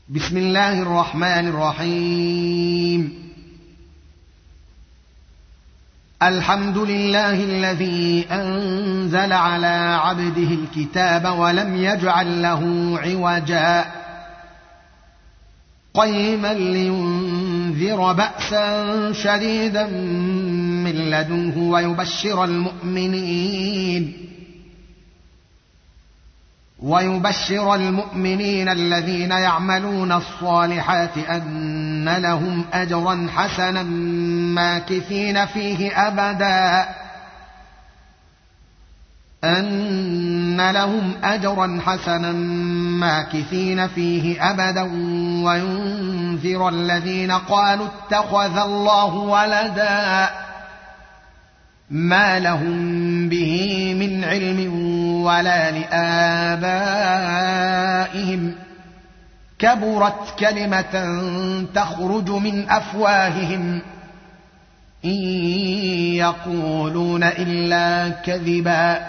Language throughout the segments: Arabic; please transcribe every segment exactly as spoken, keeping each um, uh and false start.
بسم الله الرحمن الرحيم. الحمد لله الذي أنزل على عبده الكتاب ولم يجعل له عوجا قيما لينذر بأسا شديدا من لدنه ويبشر المؤمنين ويبشر المؤمنين الذين يعملون الصالحات أن لهم أجرا حسنا ماكثين فيه أبدا أن لهم أجرا حسنا ماكثين فيه أبدا وينذر الذين قالوا اتخذ الله ولدا ما لهم به من علم ولا لآبائهم كبرت كلمة تخرج من أفواههم إن يقولون إلا كذبا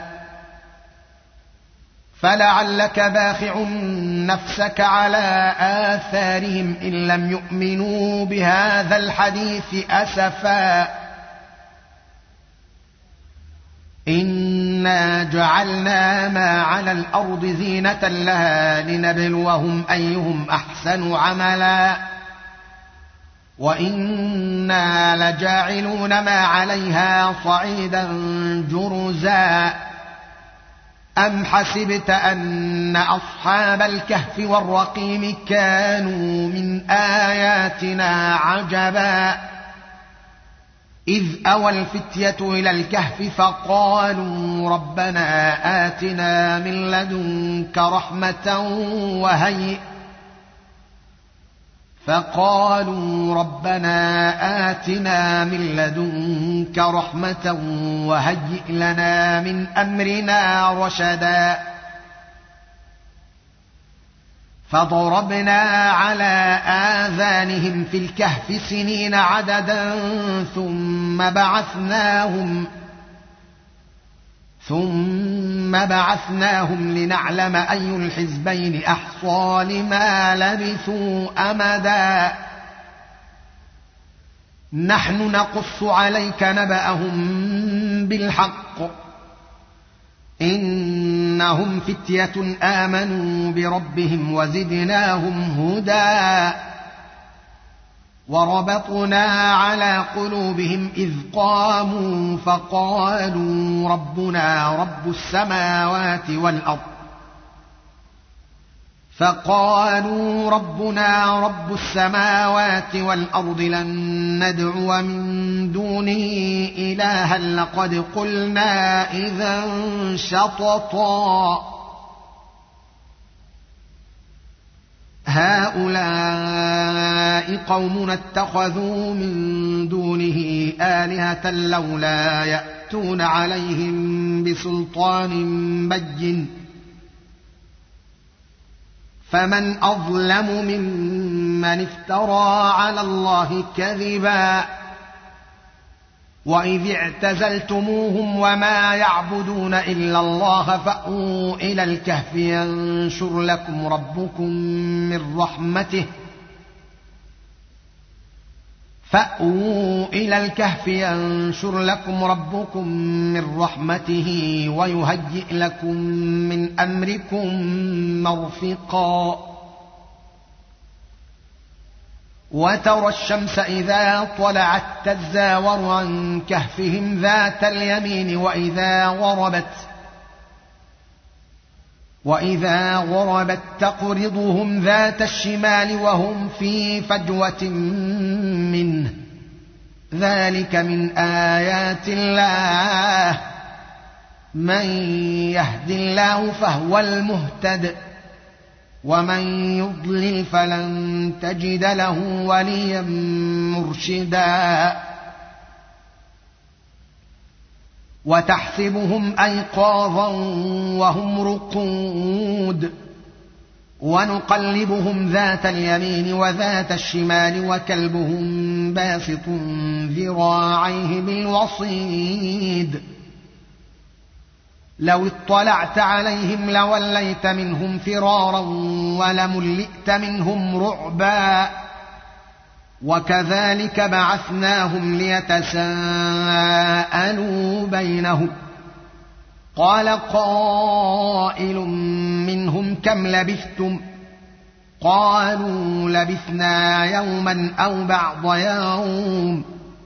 فلعلك باخع نفسك على آثارهم إن لم يؤمنوا بهذا الحديث أسفا إنا جعلنا ما على الأرض زينة لها لنبلوهم أيهم أحسن عملا وإنا لجاعلون ما عليها صعيدا جرزا أم حسبت أن أصحاب الكهف والرقيم كانوا من آياتنا عجبا إذ أوى الفتية إلى الكهف فقالوا ربنا آتنا من لدنك رحمة وهيئ فقالوا ربنا آتنا من لدنك رحمة وهيئ لنا من أمرنا رشدا فضربنا على آذانهم في الكهف سنين عددا ثم بعثناهم ثم بعثناهم لنعلم أي الحزبين أحصى لما لبثوا أمدا نحن نقص عليك نبأهم بالحق إنهم فتية آمنوا بربهم وزدناهم هدى وربطنا على قلوبهم إذ قاموا فقالوا ربنا رب السماوات والأرض فقالوا ربنا رب السماوات والأرض لن ندعو من دونه إلها لقد قلنا إذا شططا هؤلاء قومنا اتخذوا من دونه آلهة لولا يأتون عليهم بسلطان بين فمن أظلم ممن افترى على الله كذبا وإذ اعتزلتموهم وما يعبدون إلا الله فأووا إلى الكهف ينشر لكم ربكم من رحمته فأووا إلى الكهف ينشر لكم ربكم من رحمته ويهيئ لكم من أمركم مرفقا وترى الشمس إذا طلعت تزاور عن كهفهم ذات اليمين وإذا غربت وإذا غربت تقرضهم ذات الشمال وهم في فجوة منه ذلك من آيات الله من يهد الله فهو المهتد ومن يضلل فلن تجد له وليا مرشدا وتحسبهم أيقاظا وهم رقود ونقلبهم ذات اليمين وذات الشمال وكلبهم باسط ذراعيه بالوصيد لو اطلعت عليهم لوليت منهم فرارا ولملئت منهم رعبا وكذلك بعثناهم ليتساءلوا بينهم قال قائل منهم كم لبثتم قالوا لبثنا يوما أو بعض يوم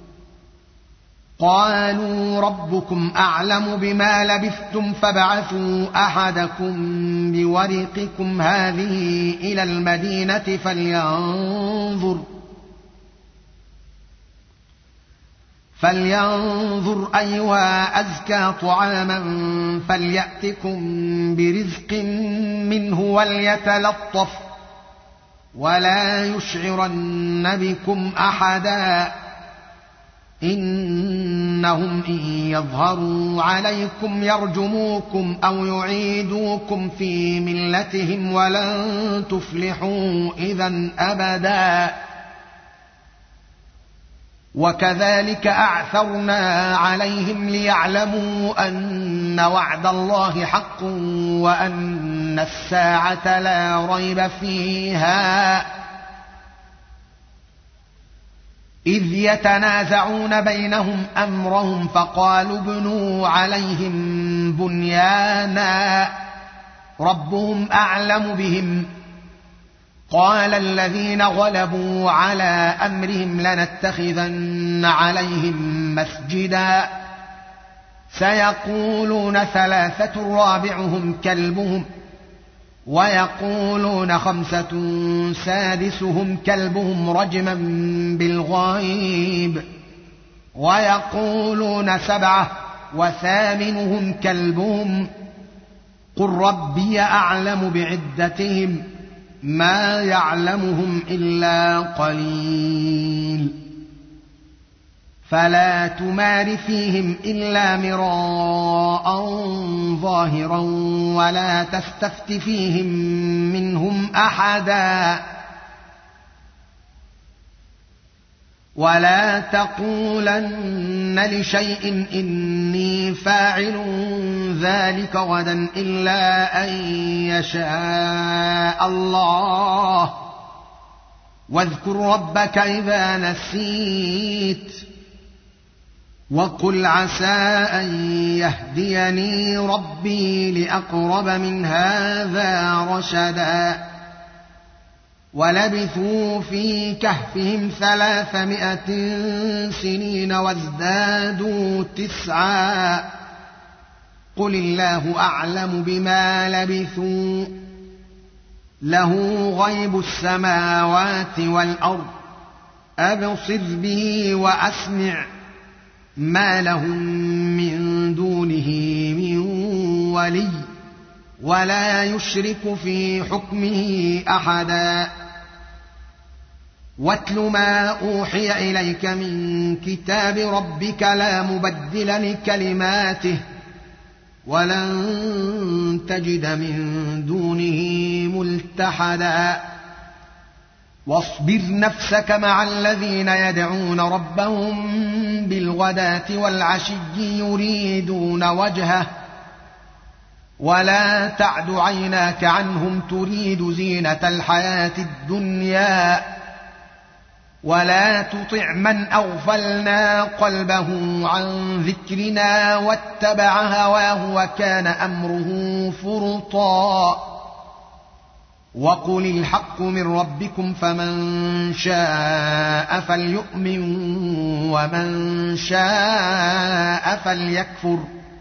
قالوا ربكم أعلم بما لبثتم فابعثوا أحدكم بورقكم هذه إلى المدينة فلينظر فلينظر أيها أزكى طعاما فليأتكم برزق منه وليتلطف ولا يشعرن بكم أحدا إنهم إن يظهروا عليكم يرجموكم أو يعيدوكم في ملتهم ولن تفلحوا إذا أبدا وكذلك أعثرنا عليهم ليعلموا أن وعد الله حق وأن الساعة لا ريب فيها إذ يتنازعون بينهم أمرهم فقالوا ابنوا عليهم بنيانا ربهم أعلم بهم قال الذين غلبوا على أمرهم لنتخذن عليهم مسجدا سيقولون ثلاثة رابعهم كلبهم ويقولون خمسة سادسهم كلبهم رجما بالغيب ويقولون سبعة وثامنهم كلبهم قل ربي أعلم بعدتهم ما يعلمهم إلا قليل فلا تمار فيهم إلا مراء ظاهرا ولا تستفت فيهم منهم أحدا ولا تقولن لشيء إني فاعل ذلك غدا إلا أن يشاء الله واذكر ربك إذا نسيت وقل عسى أن يهديني ربي لأقرب من هذا رشدا ولبثوا في كهفهم ثلاثمائة سنين وازدادوا تسعا قل الله أعلم بما لبثوا له غيب السماوات والأرض أبصر به وأسمع ما لهم من دونه من ولي ولا يشرك في حكمه أحدا واتل ما أوحي إليك من كتاب ربك لا مبدل لكلماته ولن تجد من دونه ملتحدا واصبر نفسك مع الذين يدعون ربهم بالغداة والعشي يريدون وجهه ولا تعد عيناك عنهم تريد زينة الحياة الدنيا ولا تطع من أغفلنا قلبه عن ذكرنا واتبع هواه وكان أمره فرطا وقل الحق من ربكم فمن شاء فليؤمن ومن شاء فليكفر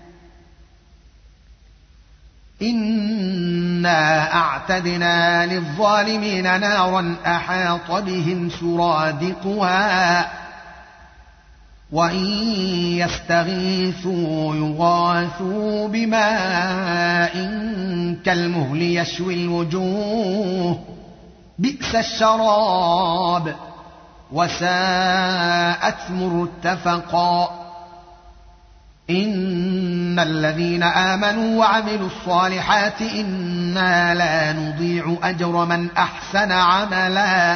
إنا أعتدنا للظالمين نارا أحاط بهم سرادقها وإن يستغيثوا يغاثوا بماء كالمهل يشوي الوجوه بئس الشراب وساءت مرتفقا إن الذين آمنوا وعملوا الصالحات إنا لا نضيع أجر من أحسن عملا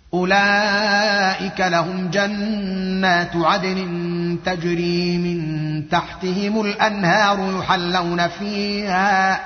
أولئك لهم جنات عدن تجري من تحتهم الأنهار يحلون فيها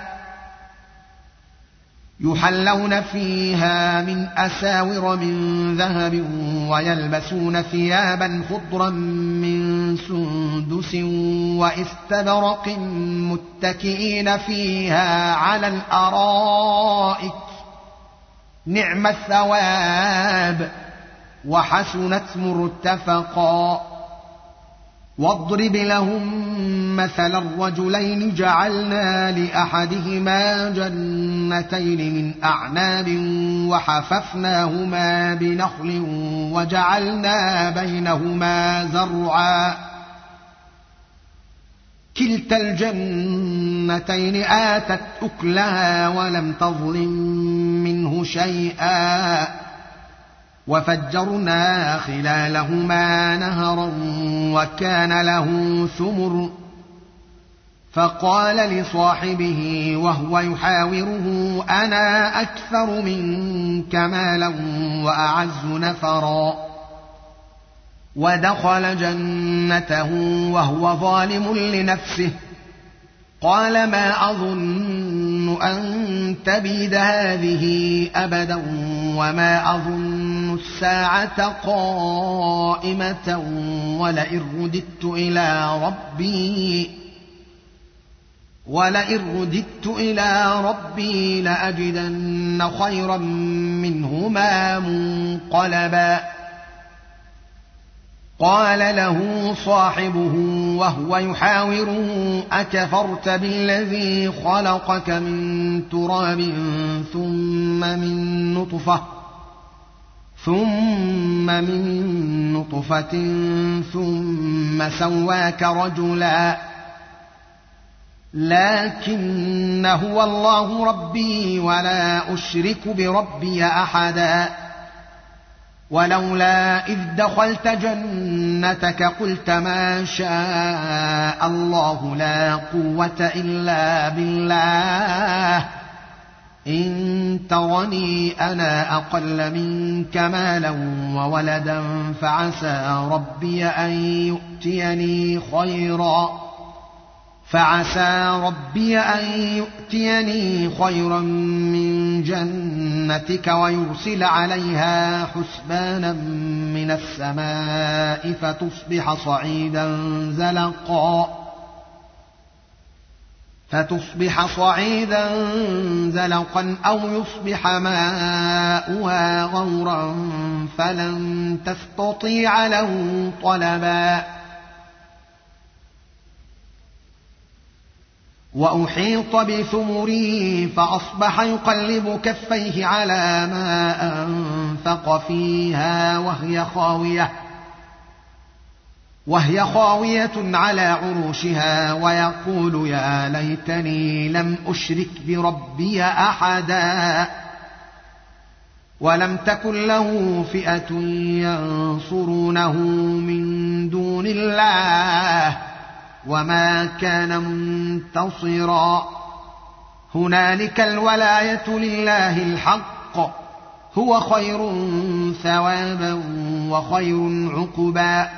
يحلون فيها من أساور من ذهب ويلبسون ثيابا خضرا من سندس واستبرق متكئين فيها على الأرائك نعم الثواب وحسنت مرتفقا. واضرب لهم مثل الرجلين جعلنا لأحدهما جنتين من أعناب وحففناهما بنخل وجعلنا بينهما زرعا كلتا الجنتين آتت أكلها ولم تظلم منه شيئا وفجرنا خلالهما نهرا وكان له ثمر فقال لصاحبه وهو يحاوره أنا أكثر منك مالا وأعز نفرا ودخل جنته وهو ظالم لنفسه قال ما أظن أن تبيد هذه أبدا وما أظن الساعة قائمة ولئن رددت إلى ربي ولئن رددت إلى ربي لأجدن خيرا منهما منقلبا. قال له صاحبه وهو يحاوره أكفرت بالذي خلقك من تراب ثم من نطفة ثم من نطفة ثم سواك رجلا لكن هو الله ربي ولا أشرك بربي أحدا. ولولا إذ دخلت جنتك قلت ما شاء الله لا قوة إلا بالله إن ترني أنا أقل منك مالا وولدا فعسى ربي أن يؤتيني خيرا فعسى ربي أن يؤتيني خيرا من جنتك ويرسل عليها حسبانا من السماء فتصبح صعيدا زلقا فتصبح صعيدا زلقا أو يصبح ماؤها غورا فلن تستطيع له طلبا. وأحيط بثمره فأصبح يقلب كفيه على ما أنفق فيها وهي خاوية وهي خاوية على عروشها ويقول يا ليتني لم أشرك بربي أحدا ولم تكن له فئة ينصرونه من دون الله وما كان منتصرا. هنالك الولاية لله الحق هو خير ثوابا وخير عقبا.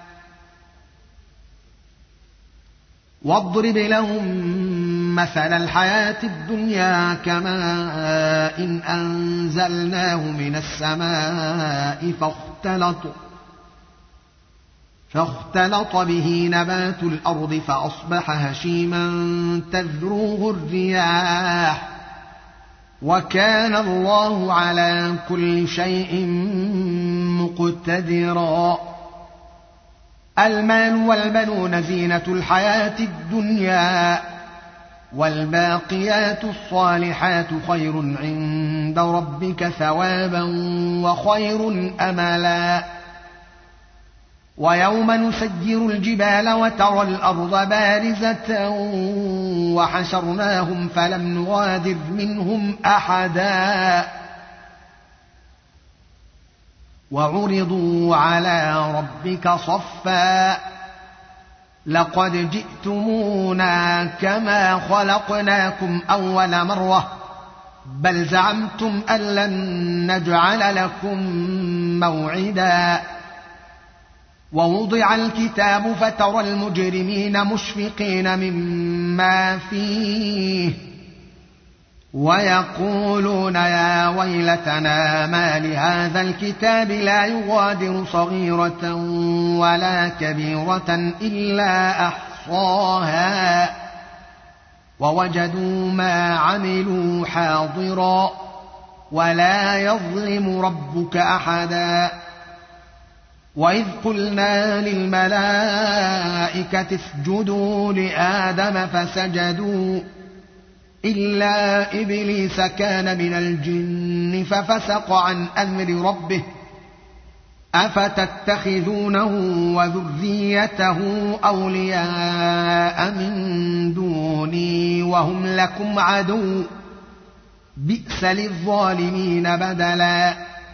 واضرب لهم مثل الحياة الدنيا كماء إن أنزلناه من السماء فاختلط فاختلط به نبات الأرض فأصبح هشيما تذروه الرياح وكان الله على كل شيء مقتدرا. المال والبنون زينة الحياة الدنيا والباقيات الصالحات خير عند ربك ثوابا وخير أملا. ويوم نسير الجبال وترى الأرض بارزة وحشرناهم فلم نغادر منهم أحدا وعرضوا على ربك صفا لقد جئتمونا كما خلقناكم أول مرة بل زعمتم أن لن نجعل لكم موعدا ووضع الكتاب فترى المجرمين مشفقين مما فيه ويقولون يا ويلتنا ما لهذا الكتاب لا يغادر صغيرة ولا كبيرة إلا أحصاها ووجدوا ما عملوا حاضرا ولا يظلم ربك أحدا. وإذ قلنا للملائكة اسجدوا لآدم فسجدوا إلا إبليس كان من الجن ففسق عن أمر ربه أفتتخذونه وذريته أولياء من دوني وهم لكم عدو بئس للظالمين بدلا.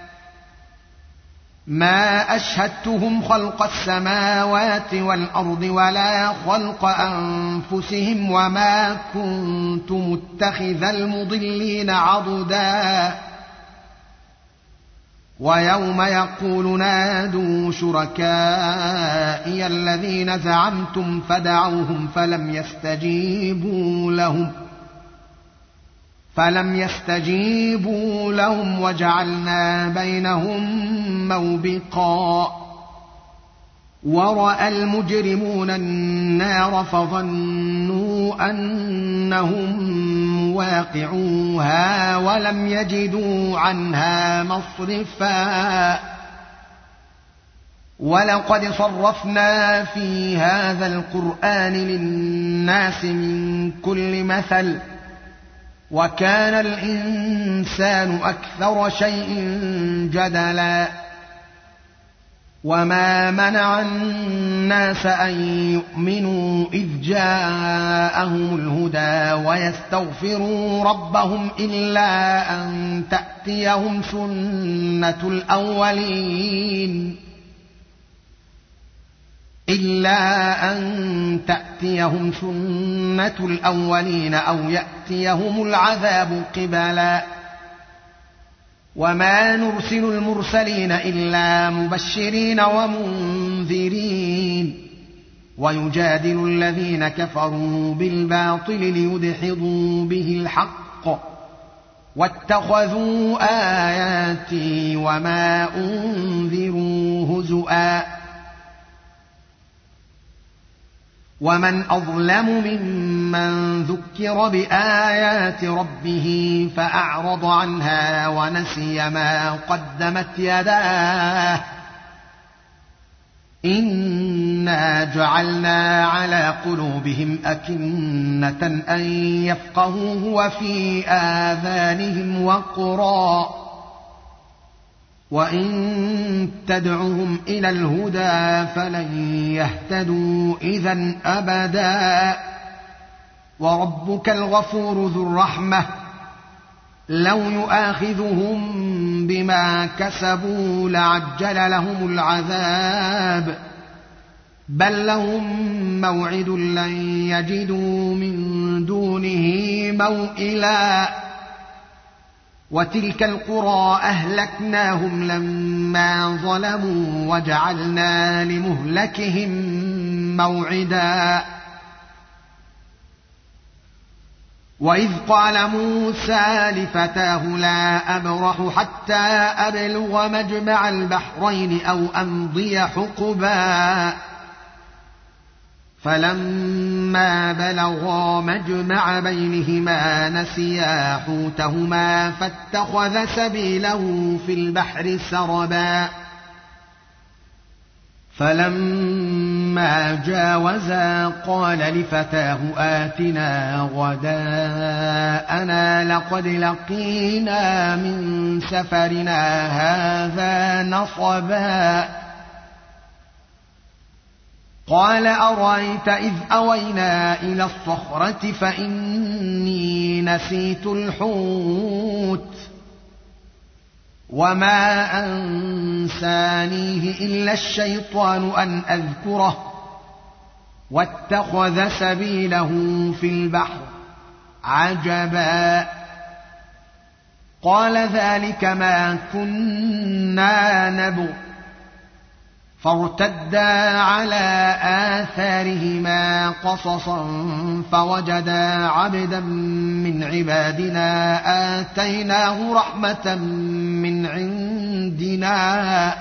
ما أشهدتهم خلق السماوات والأرض ولا خلق أنفسهم وما كنت متخذ المضلين عضدا. ويوم يقول نادوا شركائي الذين زعمتم فدعوهم فلم يستجيبوا لهم فلم يستجيبوا لهم وجعلنا بينهم موبقا. ورأى المجرمون النار فظنوا أنهم مواقعوها ولم يجدوا عنها مصرفا. ولقد صرفنا في هذا القرآن للناس من كل مثل وكان الإنسان أكثر شيء جدلا. وما منع الناس أن يؤمنوا إذ جاءهم الهدى ويستغفروا ربهم إلا أن تأتيهم سنة الأولين إلا أن تأتيهم سنة الأولين أو يأتيهم العذاب قبلا. وما نرسل المرسلين إلا مبشرين ومنذرين ويجادل الذين كفروا بالباطل ليدحضوا به الحق واتخذوا آياتي وما أنذروا هزؤا. ومن أظلم ممن ذكر بآيات ربه فأعرض عنها ونسي ما قدمت يداه إنا جعلنا على قلوبهم أكنة أن يفقهوه وفي آذانهم وقرا وإن تدعهم إلى الهدى فلن يهتدوا إذن أبدا. وربك الغفور ذو الرحمة لو يؤاخذهم بما كسبوا لعجل لهم العذاب بل لهم موعد لن يجدوا من دونه موئلا. وتلك القرى أهلكناهم لما ظلموا وجعلنا لمهلكهم موعدا. وإذ قال موسى لفتاه لا أبرح حتى أبلغ مجمع البحرين أو أمضي حقبا فلما بلغا مجمع بينهما نسيا حوتهما فاتخذ سبيله في البحر سربا. فلما جاوزا قال لفتاه آتنا غداءنا لقد لقينا من سفرنا هذا نصبا. قال أرأيت إذ أوينا إلى الصخرة فإني نسيت الحوت وما أنسانيه إلا الشيطان أن أذكره واتخذ سبيله في البحر عجبا. قال ذلك ما كنا نبغ فارتدا على آثارهما قصصا فوجدا عبدا من عبادنا آتيناه رحمة من عندنا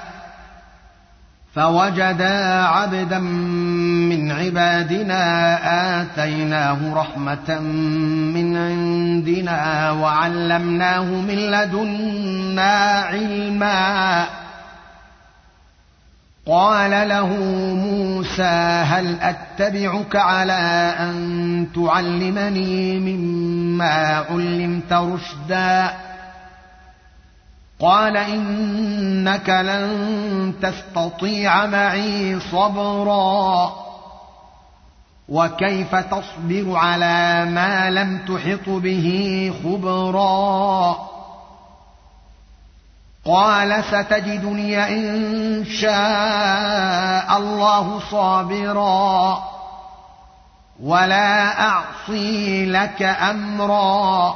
فوجدا عبدا من عبادنا آتيناه رحمة من عندنا وعلمناه من لدنا علما. قال له موسى هل أتبعك على أن تعلمني مما علمت رشدا؟ قال إنك لن تستطيع معي صبرا وكيف تصبر على ما لم تحط به خبرا؟ قال ستجدني إن شاء الله صابرا ولا أعصي لك أمرا.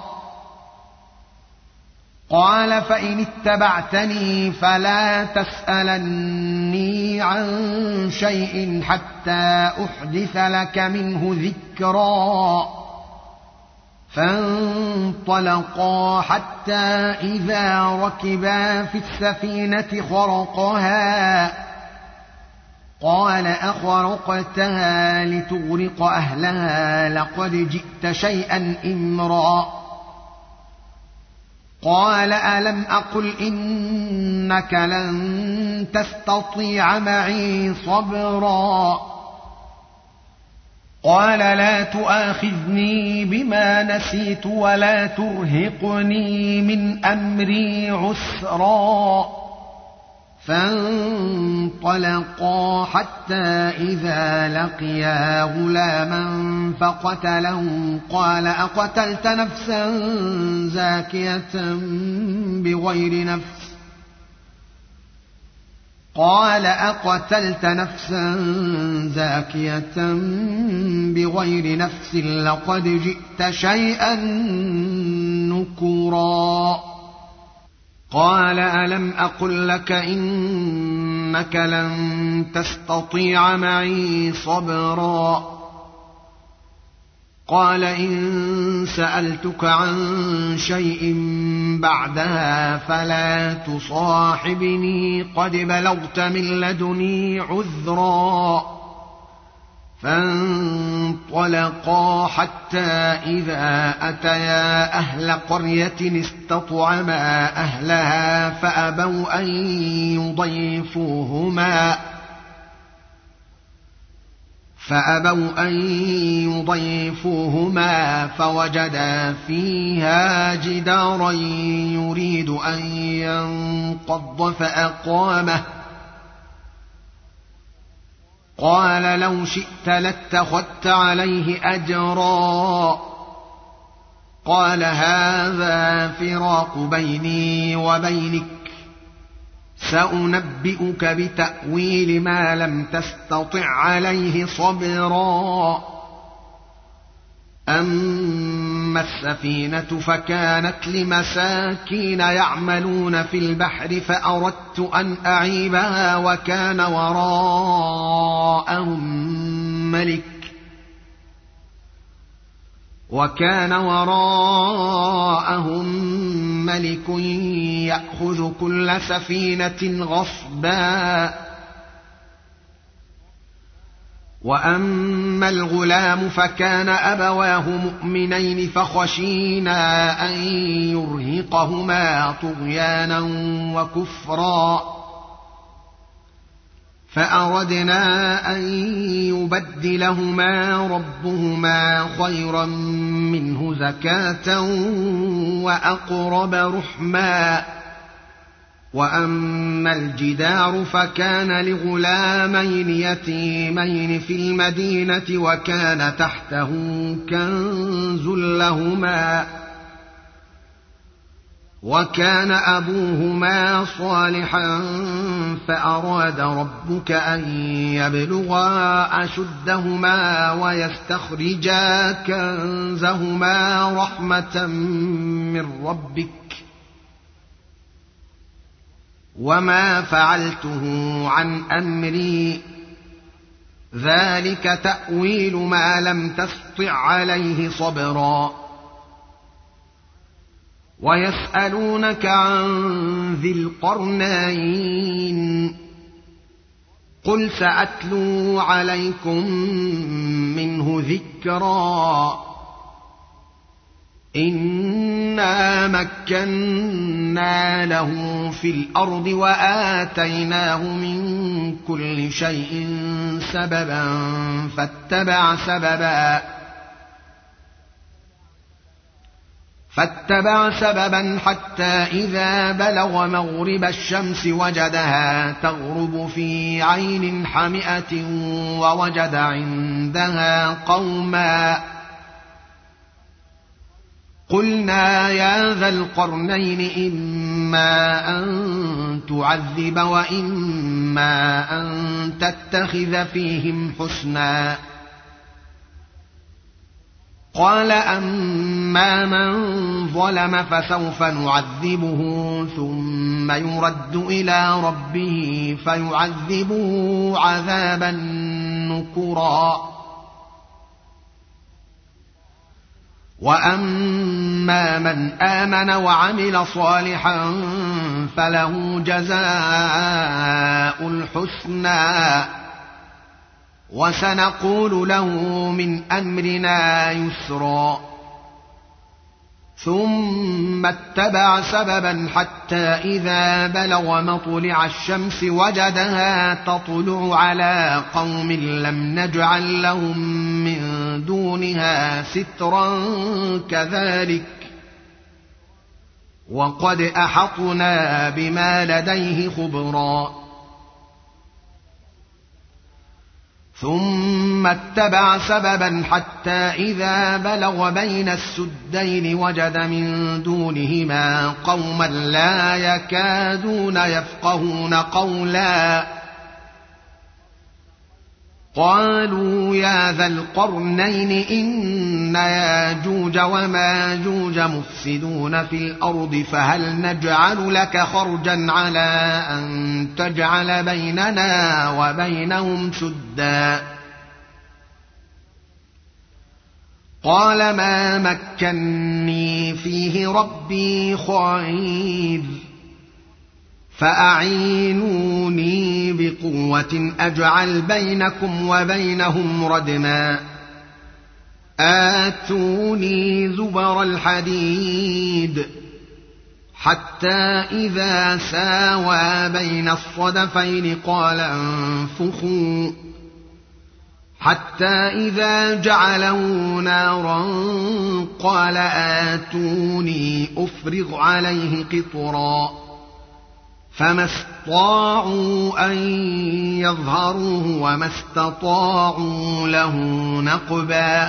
قال فإن اتبعتني فلا تسألني عن شيء حتى أحدث لك منه ذكرا. فانطلقا حتى إذا ركبا في السفينة خرقها قال أخرقتها لتغرق أهلها لقد جئت شيئا إمرا. قال ألم أقل إنك لن تستطيع معي صبرا؟ قال لا تؤاخذني بما نسيت ولا ترهقني من أمري عسرا. فانطلقا حتى إذا لقيا غلاما فقتله قال أقتلت نفسا زاكية بغير نفس قال أقتلت نفسا زاكية بغير نفس لقد جئت شيئا نكرا. قال ألم أقل لك إنك لن تستطيع معي صبرا؟ قال إن سألتك عن شيء بعدها فلا تصاحبني قد بلغت من لدني عذرا. فانطلقا حتى إذا أتيا أهل قرية استطعما أهلها فأبوا أن يضيفوهما فأبوا أن يضيفوهما فوجدا فيها جدارا يريد أن ينقض فأقامه. قال لو شئت لاتخذت عليه أجرا. قال هذا فراق بيني وبينك سأنبئك بتأويل ما لم تستطع عليه صبرا. أما السفينة فكانت لمساكين يعملون في البحر فأردت أن أعيبها وكان وراءهم ملك وكان وراءهم ملك يأخذ كل سفينة غصبا. وأما الغلام فكان أبواه مؤمنين فخشينا أن يرهقهما طغيانا وكفرا فأردنا أن يبدلهما ربهما خيرا منه زكاة وأقرب رحما. وأما الجدار فكان لغلامين يتيمين في المدينة وكان تحته كنز لهما وكان أبوهما صالحا فأراد ربك أن يبلغا أشدهما ويستخرجا كنزهما رحمة من ربك وما فعلته عن أمري ذلك تأويل ما لم تسطع عليه صبرا ويسألونك عن ذي القرنين قل سأتلو عليكم منه ذكرا إنا مكنا له في الأرض وآتيناه من كل شيء سببا فاتبع سببا فاتبع سببا حتى إذا بلغ مغرب الشمس وجدها تغرب في عين حمئة ووجد عندها قوما قلنا يا ذا القرنين إما أن تعذب وإما أن تتخذ فيهم حسنا قال أما من ظلم فسوف نعذبه ثم يرد إلى ربه فيعذبه عذابا نكرا وأما من آمن وعمل صالحا فله جزاء الحسنى وسنقول له من أمرنا يسرا ثم اتبع سببا حتى إذا بلغ مطلع الشمس وجدها تطلع على قوم لم نجعل لهم من دونها سترا كذلك وقد أحطنا بما لديه خبرا ثم اتبع سببا حتى إذا بلغ بين السدين وجد من دونهما قوما لا يكادون يفقهون قولا قالوا يا ذا القرنين إن ياجوج وماجوج مفسدون في الأرض فهل نجعل لك خرجا على أن تجعل بيننا وبينهم سدا قال ما مكني فيه ربي خير فأعينوني بقوة أجعل بينكم وبينهم ردما آتوني زبر الحديد حتى إذا ساوى بين الصدفين قال انفخوا حتى إذا جعله نارا قال آتوني أفرغ عليه قطرا فما استطاعوا أن يظهروه وما استطاعوا له نقبا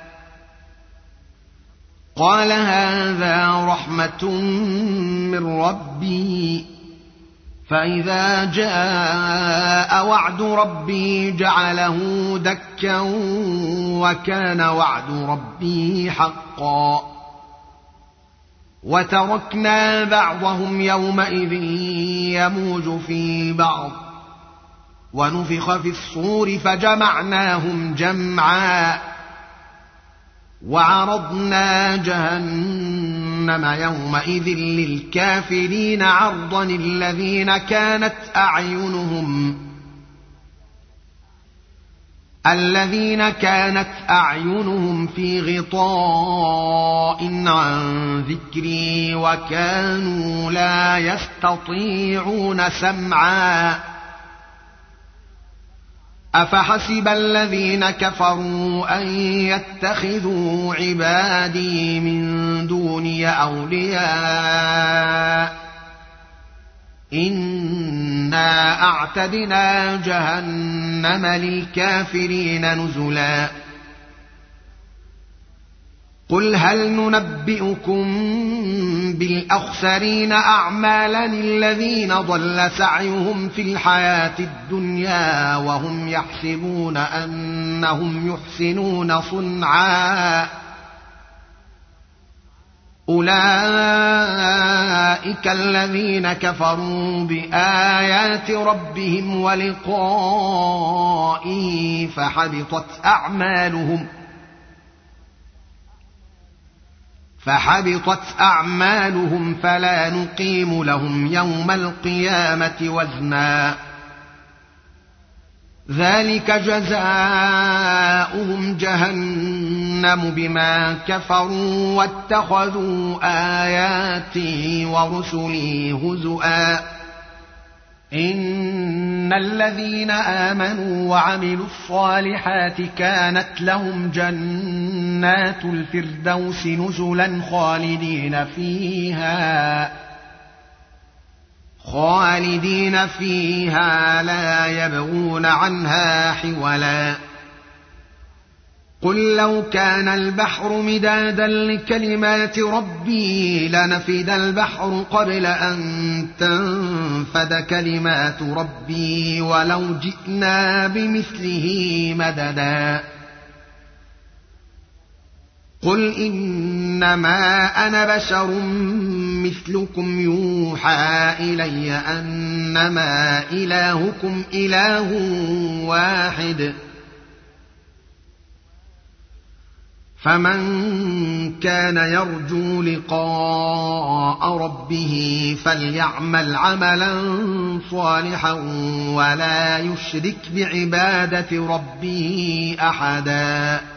قال هذا رحمة من ربي فإذا جاء وعد ربي جعله دكا وكان وعد ربي حقا وتركنا بعضهم يومئذ يموج في بعض ونفخ في الصور فجمعناهم جمعا وعرضنا جهنم يومئذ للكافرين عرضا الذين كانت أعينهم الذين كانت أعينهم في غطاء عن ذكري وكانوا لا يستطيعون سمعا أفحسب الذين كفروا أن يتخذوا عبادي من دوني أولياء إنا أعتدنا جهنم للكافرين نزلا قل هل ننبئكم بالأخسرين أعمالا الذين ضل سعيهم في الحياة الدنيا وهم يحسبون أنهم يحسنون صنعا أولئك أولئك الذين كفروا بآيات ربهم ولقائه فحبطت أعمالهم فحبطت أعمالهم فلا نقيم لهم يوم القيامة وزنا ذلك جزاؤهم جهنم بما كفروا واتخذوا آياتي ورسلي هزؤا إن الذين آمنوا وعملوا الصالحات كانت لهم جنات الفردوس نزلا خالدين فيها خالدين فيها لا يبغون عنها حولا قل لو كان البحر مدادا لكلمات ربي لنفد البحر قبل أن تنفد كلمات ربي ولو جئنا بمثله مددا قل إنما أنا بشر مثلكم يوحى إلي أنما إلهكم إله واحد فمن كان يرجو لقاء ربه فليعمل عملا صالحا ولا يشرك بعبادة ربه أحدا